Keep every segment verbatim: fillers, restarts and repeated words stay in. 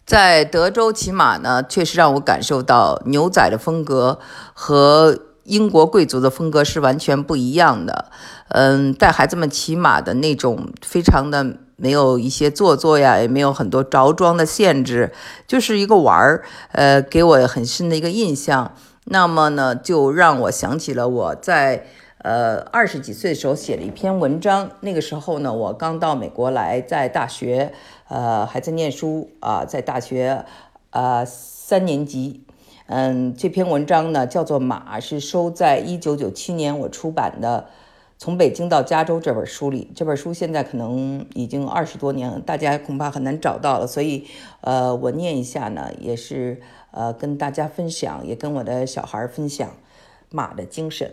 在德州骑马呢，确实让我感受到牛仔的风格和英国贵族的风格是完全不一样的。嗯，带孩子们骑马的那种非常的没有一些做作呀，也没有很多着装的限制，就是一个玩儿，呃，给我很深的一个印象。那么呢，就让我想起了我在呃二十几岁的时候写了一篇文章。那个时候呢，我刚到美国来，在大学呃还在念书啊、呃，在大学呃三年级。嗯，这篇文章呢叫做《马》，是收在一九九七年我出版的《从北京到加州》这本书里。这本书现在可能已经二十多年了，大家恐怕很难找到了，所以呃，我念一下呢，也是呃跟大家分享，也跟我的小孩分享马的精神。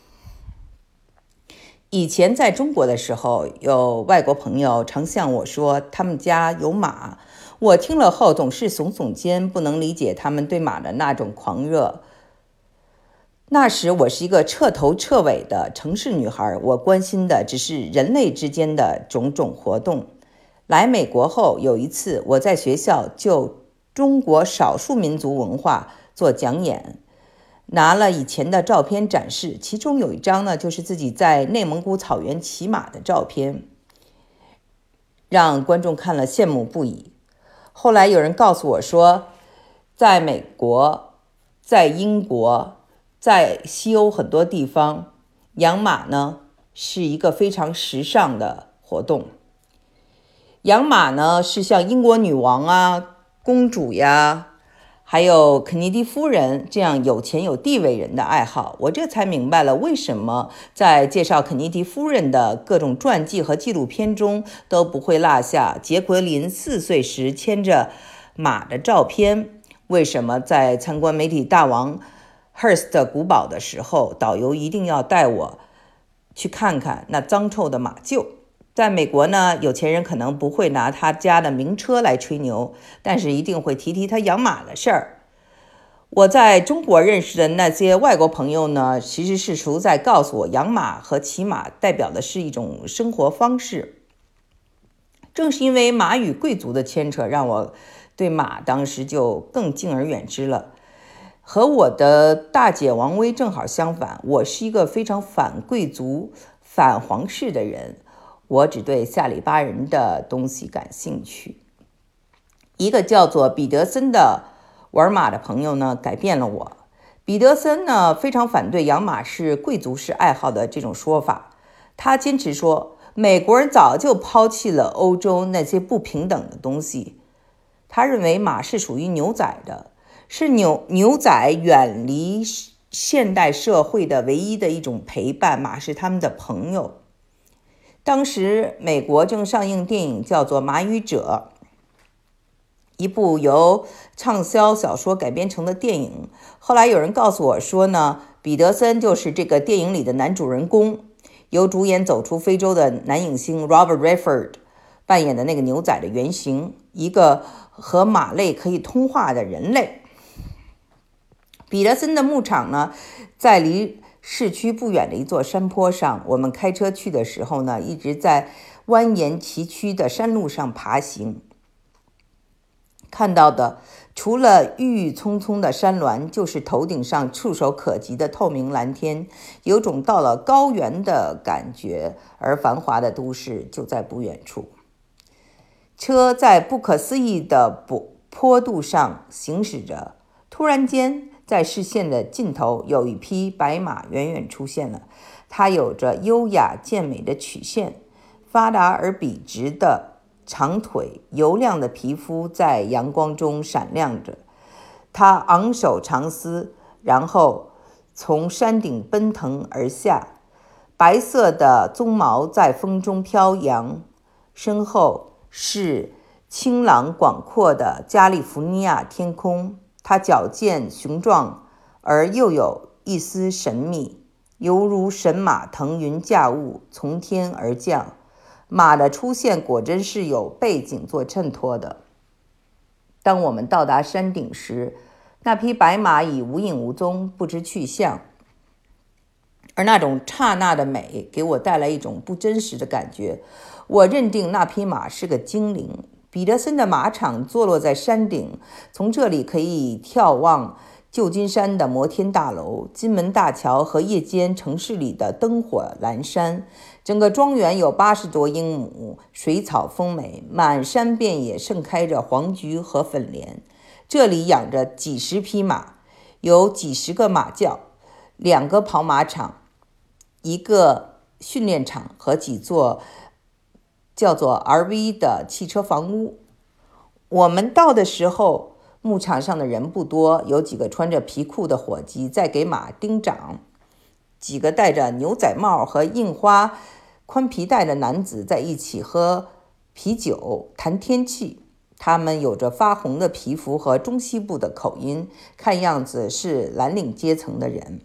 以前在中国的时候，有外国朋友常向我说他们家有马，我听了后总是耸耸肩，不能理解他们对马的那种狂热。那时我是一个彻头彻尾的城市女孩，我关心的只是人类之间的种种活动。来美国后，有一次我在学校就中国少数民族文化做讲演，拿了以前的照片展示，其中有一张呢，就是自己在内蒙古草原骑马的照片，让观众看了羡慕不已。后来有人告诉我说，在美国，在英国，在西欧很多地方，养马呢是一个非常时尚的活动。养马呢是像英国女王啊、公主呀，还有肯尼迪夫人这样有钱有地位人的爱好。我这才明白了为什么在介绍肯尼迪夫人的各种传记和纪录片中都不会落下杰奎琳四岁时牵着马的照片，为什么在参观媒体大王 Hearst 古堡的时候，导游一定要带我去看看那脏臭的马厩。在美国呢，有钱人可能不会拿他家的名车来吹牛，但是一定会提提他养马的事儿。我在中国认识的那些外国朋友呢，其实是除在告诉我养马和骑马代表的是一种生活方式。正是因为马与贵族的牵扯，让我对马当时就更敬而远之了。和我的大姐王薇正好相反，我是一个非常反贵族、反皇室的人。我只对下里巴人的东西感兴趣。一个叫做彼得森的玩马的朋友呢，改变了我。彼得森呢，非常反对养马是贵族式爱好的这种说法。他坚持说，美国人早就抛弃了欧洲那些不平等的东西。他认为马是属于牛仔的，是牛牛仔远离现代社会的唯一的一种陪伴，马是他们的朋友。当时美国正上映电影叫做《马语者》，一部由畅销小说改编成的电影。后来有人告诉我说呢，彼得森就是这个电影里的男主人公，由主演走出非洲的男影星 Robert Redford 扮演的那个牛仔的原型，一个和马类可以通话的人类。彼得森的牧场呢，在离市区不远的一座山坡上，我们开车去的时候呢，一直在蜿蜒崎岖的山路上爬行，看到的除了郁郁葱葱的山峦，就是头顶上触手可及的透明蓝天，有种到了高原的感觉，而繁华的都市就在不远处。车在不可思议的坡度上行驶着，突然间在视线的尽头，有一匹白马远远出现了。它有着优雅健美的曲线，发达而笔直的长腿，油亮的皮肤在阳光中闪亮着。它昂首长嘶，然后从山顶奔腾而下，白色的鬃毛在风中飘扬，身后是清朗广阔的加利福尼亚天空。它矫健雄壮，而又有一丝神秘，犹如神马腾云驾雾，从天而降。马的出现果真是有背景做衬托的。当我们到达山顶时，那匹白马已无影无踪，不知去向。而那种刹那的美给我带来一种不真实的感觉。我认定那匹马是个精灵， 彼得森的马场坐落在山顶，从这里可以眺望旧金山的摩天大楼、金门大桥和夜间城市里的灯火阑珊。整个庄园有八十多英亩，水草丰美，满山遍野盛开着黄菊和粉莲。这里养着几十匹马，有几十个马厩，两个跑马场，一个训练场和几座叫做 R V 的汽车房屋。我们到的时候，牧场上的人不多，有几个穿着皮裤的伙计在给马钉掌，几个戴着牛仔帽和印花宽皮带的男子在一起喝啤酒谈天气。他们有着发红的皮肤和中西部的口音，看样子是蓝领阶层的人，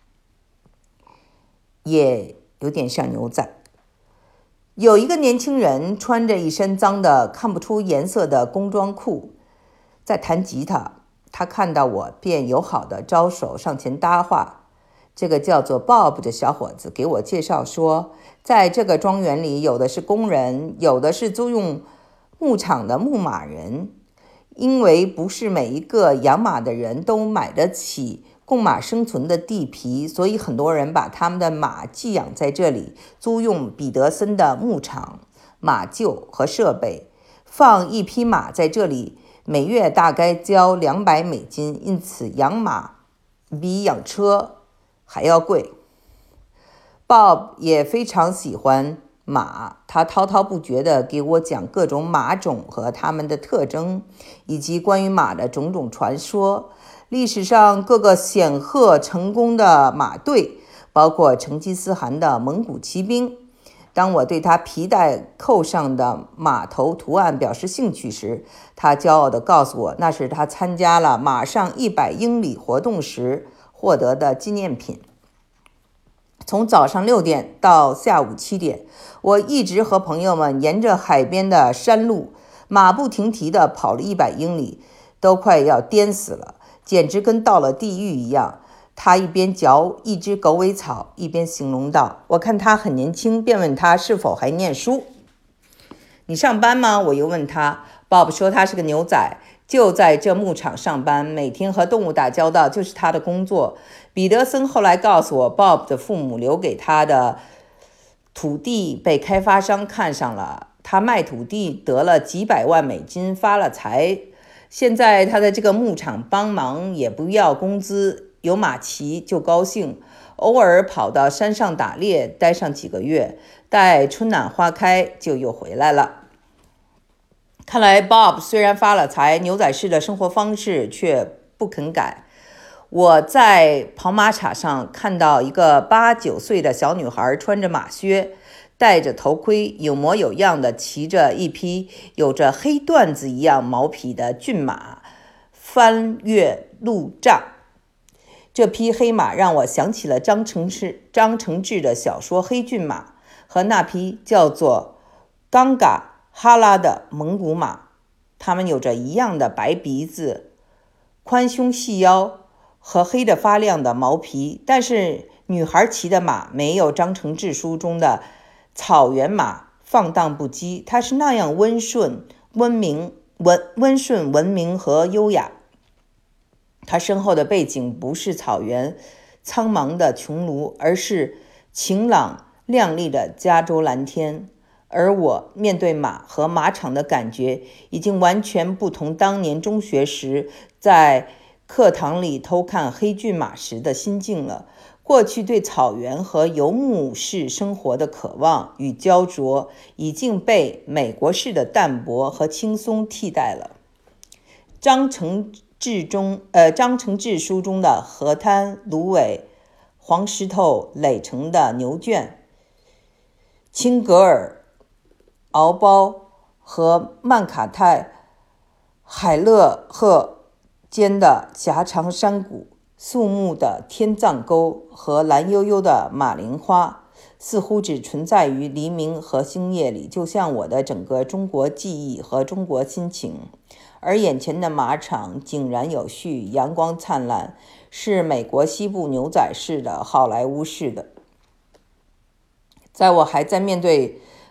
也有点像牛仔。有一个年轻人穿着一身脏的看不出颜色的工装裤，在弹吉他。他看到我便友好的招手上前搭话。这个叫做 Bob 的小伙子给我介绍说，在这个庄园里，有的是工人，有的是租用牧场的牧马人。因为不是每一个养马的人都买得起供马生存的地皮，所以很多人把他们的马寄养在这里，租用彼得森的牧场、马厩和设备。放一匹马在这里，每月大概交两百美金，因此养马比养车还要贵。Bob 也非常喜欢马，他滔滔不绝地给我讲各种马种和它们的特征，以及关于马的种种传说。历史上各个显赫成功的马队，包括成吉思汗的蒙古骑兵。当我对他皮带扣上的马头图案表示兴趣时，他骄傲地告诉我，那是他参加了马上一百英里活动时获得的纪念品。从早上六点到下午七点，我一直和朋友们沿着海边的山路马不停蹄地跑了一百英里，都快要颠死了，简直跟到了地狱一样。他一边嚼一只狗尾草，一边形容道：“我看他很年轻，便问他是否还念书。你上班吗？”我又问他。Bob 说他是个牛仔，就在这牧场上班，每天和动物打交道就是他的工作。彼得森后来告诉我， Bob 的父母留给他的土地被开发商看上了，他卖土地得了几百万美金，发了财。现在他在这个牧场帮忙，也不要工资，有马骑就高兴，偶尔跑到山上打猎，待上几个月，待春暖花开就又回来了。看来 Bob 虽然发了财，牛仔式的生活方式却不肯改。我在跑马场上看到一个八九岁的小女孩，穿着马靴，戴着头盔，有模有样的骑着一匹有着黑缎子一样毛皮的骏马翻越路障。这匹黑马让我想起了张承志张承志的小说《黑骏马》和那匹叫做冈嘎哈拉的蒙古马，它们有着一样的白鼻子、宽胸细腰和黑得发亮的毛皮，但是女孩骑的马没有张承志书中的草原马放荡不羁，它是那样温顺、温明、温温顺、文明和优雅。它身后的背景不是草原苍茫的穹庐，而是晴朗亮丽的加州蓝天。而我面对马和马场的感觉已经完全不同当年中学时在课堂里偷看黑骏马时的心境了。过去对草原和游牧式生活的渴望与焦灼已经被美国式的淡泊和轻松替代了。张承志中呃张承志书中的河滩、芦苇、黄石头垒成的牛圈、青格尔敖包和曼卡泰海勒赫间的狭长山谷、肃穆的天葬沟和蓝悠悠的马铃花，似乎只存在于黎明和星夜里，就像我的整个中国记忆和中国心情。而眼前的马场井然有序，阳光灿烂，是美国西部牛仔式的好莱坞式的。在我还在面对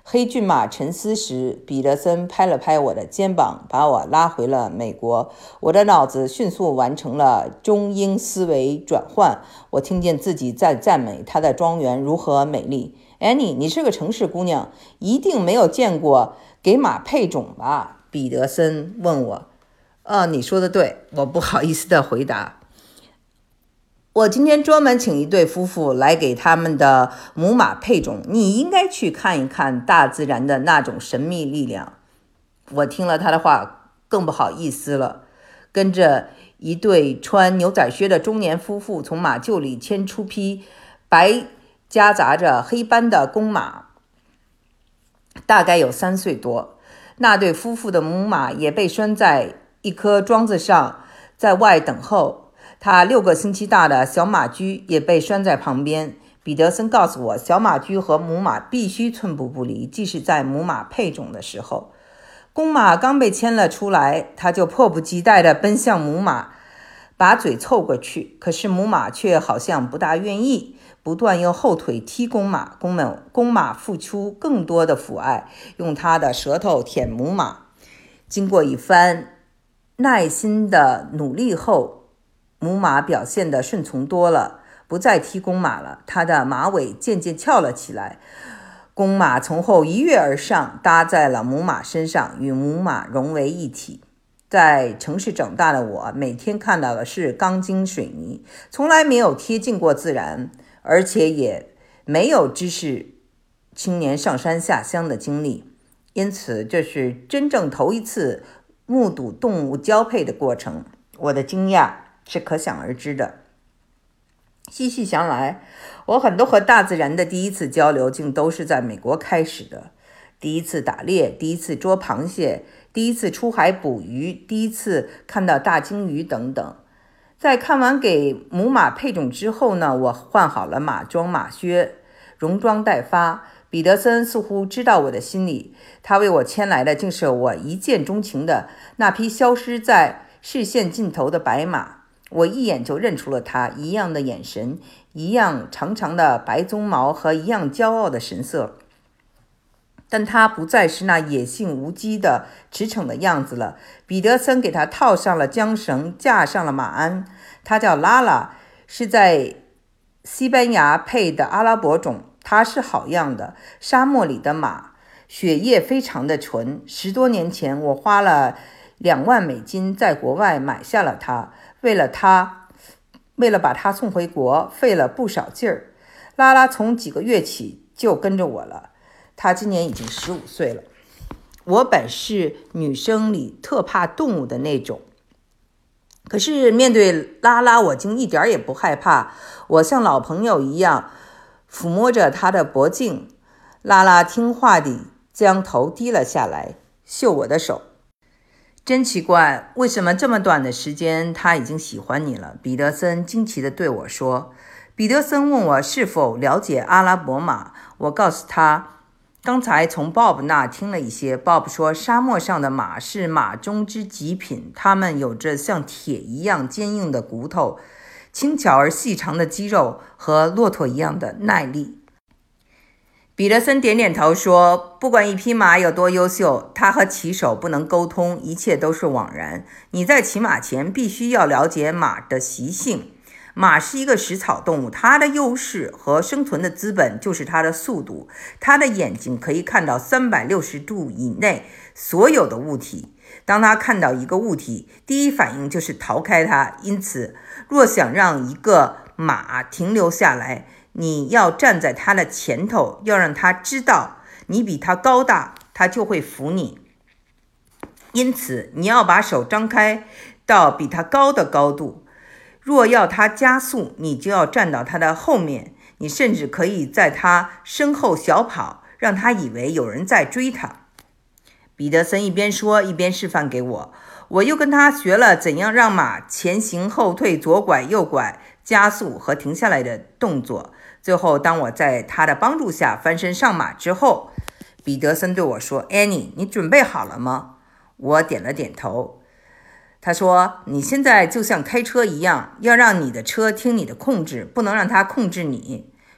黑骏马沉思时，彼得森拍了拍我的肩膀，把我拉回了美国。我的脑子迅速完成了中英思维转换。我听见自己在赞美他的庄园如何美丽。Annie， 你是个城市姑娘，一定没有见过给马配种吧？彼得森问我。呃，你说的对，我不好意思地回答。我今天专门请一对夫妇来给他们的母马配种，你应该去看一看大自然的那种神秘力量。我听了他的话，更不好意思了。跟着一对穿牛仔靴的中年夫妇从马厩里牵出匹白夹杂着黑斑的公马，大概有三岁多。那对夫妇的母马也被拴在一棵桩子上，在外等候。他六个星期大的小马驹也被拴在旁边。彼得森告诉我，小马驹和母马必须寸步不离，即使在母马配种的时候。公马刚被牵了出来，他就迫不及待地奔向母马，把嘴凑过去。可是母马却好像不大愿意，不断用后腿踢公马。公马公马付出更多的抚爱，用它的舌头舔母马。经过一番耐心的努力后，母马表现得顺从多了，不再踢公马了。它的马尾渐渐翘了起来，公马从后一跃而上，搭在了母马身上，与母马融为一体。在城市长大的我，每天看到的是钢筋水泥，从来没有贴近过自然，而且也没有知识青年上山下乡的经历，因此这是真正头一次目睹动物交配的过程。我的惊讶是可想而知的。细细想来，我很多和大自然的第一次交流竟都是在美国开始的。第一次打猎，第一次捉螃蟹，第一次出海捕鱼，第一次看到大鲸鱼等等。在看完给母马配种之后呢，我换好了马装马靴，戎装待发。彼得森似乎知道我的心理，他为我牵来的竟是我一见钟情的那匹消失在视线尽头的白马。我一眼就认出了他，一样的眼神，一样长长的白鬃毛和一样骄傲的神色。但他不再是那野性无羁的驰骋的样子了。彼得森给他套上了缰绳，架上了马鞍。他叫拉拉，是在西班牙配的阿拉伯种。它是好样的，沙漠里的马，血液非常的纯。十多年前，我花了两万美金在国外买下了它，为了它，为了把它送回国，费了不少劲儿。拉拉从几个月起就跟着我了，她今年已经十五岁了。我本是女生里特怕动物的那种，可是面对拉拉，我竟一点也不害怕。我像老朋友一样抚摸着她的脖颈，拉拉听话地将头低了下来，嗅我的手。真奇怪，为什么这么短的时间他已经喜欢你了？彼得森惊奇地对我说。彼得森问我是否了解阿拉伯马，我告诉他刚才从 Bob 那听了一些。 Bob 说沙漠上的马是马中之极品，它们有着像铁一样坚硬的骨头，轻巧而细长的肌肉和骆驼一样的耐力。彼得森点点头说，不管一匹马有多优秀，它和骑手不能沟通，一切都是枉然。你在骑马前必须要了解马的习性。马是一个食草动物，它的优势和生存的资本就是它的速度。它的眼睛可以看到三百六十度以内所有的物体。当它看到一个物体，第一反应就是逃开它。因此，若想让一个马停留下来，你要站在它的前头，要让它知道你比它高大，它就会服你。因此，你要把手张开到比它高的高度。若要它加速，你就要站到它的后面，你甚至可以在它身后小跑，让它以为有人在追它。彼得森一边说一边示范给我，我又跟他学了怎样让马前行后退、左拐右拐、加速和停下来的动作。最后，当我在他的帮助下翻身上马之后，彼得森对我说， Annie， 你准备好了吗？我点了点头。他说，你现在就像开车一样，要让你的车听你的控制，不能让它控制你。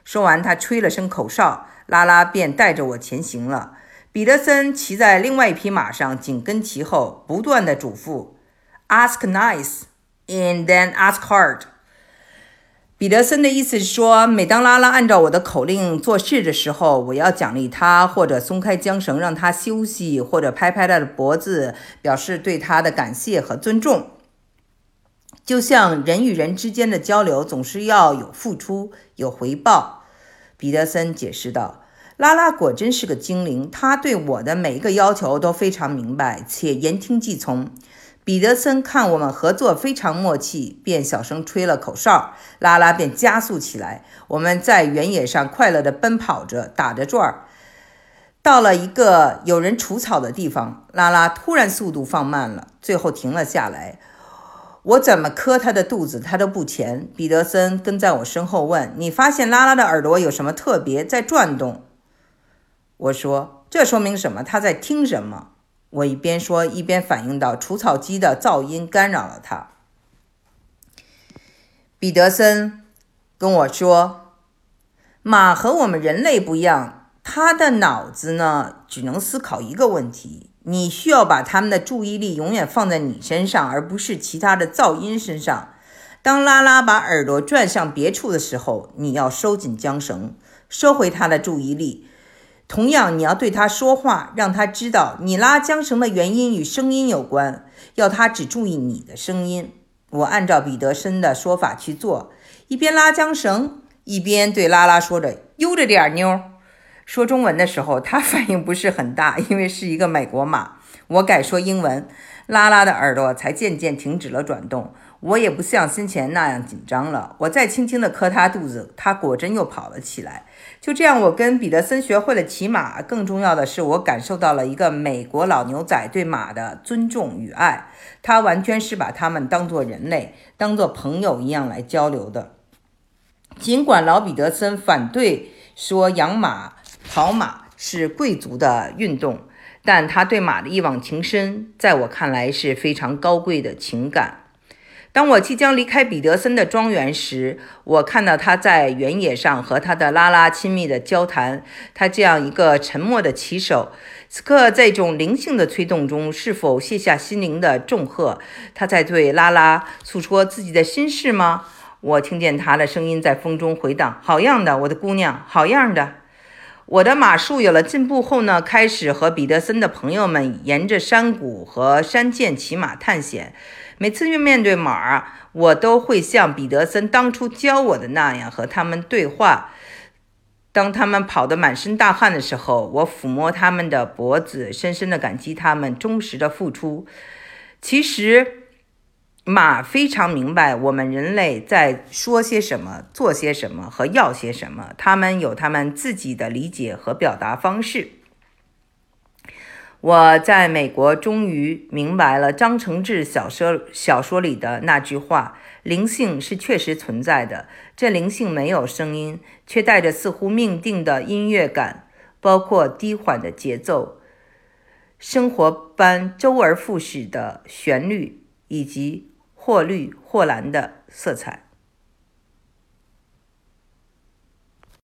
说完，他吹了声口哨，拉拉便带着我前行了。彼得森骑在另外一匹马上，紧跟其后，不断地嘱咐 Ask nice, and then ask hard。 彼得森的意思是说，每当拉拉按照我的口令做事的时候，我要奖励他，或者松开缰绳让他休息，或者拍拍他的脖子，表示对他的感谢和尊重。就像人与人之间的交流总是要有付出有回报，彼得森解释道。拉拉果真是个精灵，他对我的每一个要求都非常明白，且言听计从。彼得森看我们合作非常默契，便小声吹了口哨，拉拉便加速起来。我们在原野上快乐地奔跑着，打着转儿。到了一个有人除草的地方，拉拉突然速度放慢了，最后停了下来。我怎么磕他的肚子，他都不前。彼得森跟在我身后问：“你发现拉拉的耳朵有什么特别，在转动？”我说：“这说明什么？他在听什么？”我一边说，一边反应到除草机的噪音干扰了他。彼得森跟我说：“马和我们人类不一样，他的脑子呢，只能思考一个问题。你需要把他们的注意力永远放在你身上，而不是其他的噪音身上。当拉拉把耳朵转向别处的时候，你要收紧缰绳，收回他的注意力。同样，你要对他说话，让他知道你拉缰绳的原因与声音有关，要他只注意你的声音。”我按照彼得森的说法去做，一边拉缰绳，一边对拉拉说着：“悠着点妞。”说中文的时候，他反应不是很大，因为是一个美国马。我改说英文，拉拉的耳朵才渐渐停止了转动。我也不像先前那样紧张了。我再轻轻地磕他肚子，他果真又跑了起来。就这样，我跟彼得森学会了骑马。更重要的是，我感受到了一个美国老牛仔对马的尊重与爱。他完全是把他们当作人类，当作朋友一样来交流的。尽管老彼得森反对说养马、跑马是贵族的运动，但他对马的一往情深，在我看来是非常高贵的情感。当我即将离开彼得森的庄园时，我看到他在原野上和他的拉拉亲密的交谈。他这样一个沉默的骑手，此刻在一种灵性的催动中，是否卸下心灵的重荷？他在对拉拉诉说自己的心事吗？我听见他的声音在风中回荡：“好样的，我的姑娘，好样的。”我的马术有了进步后呢，开始和彼得森的朋友们沿着山谷和山涧骑马探险。每次面对马，我都会像彼得森当初教我的那样和他们对话。当他们跑得满身大汗的时候，我抚摸他们的脖子，深深地感激他们忠实的付出。其实马非常明白我们人类在说些什么、做些什么和要些什么，他们有他们自己的理解和表达方式。我在美国终于明白了张承志小说小说里的那句话：灵性是确实存在的，这灵性没有声音，却带着似乎命定的音乐感，包括低缓的节奏、生活般周而复始的旋律，以及或绿或蓝的色彩。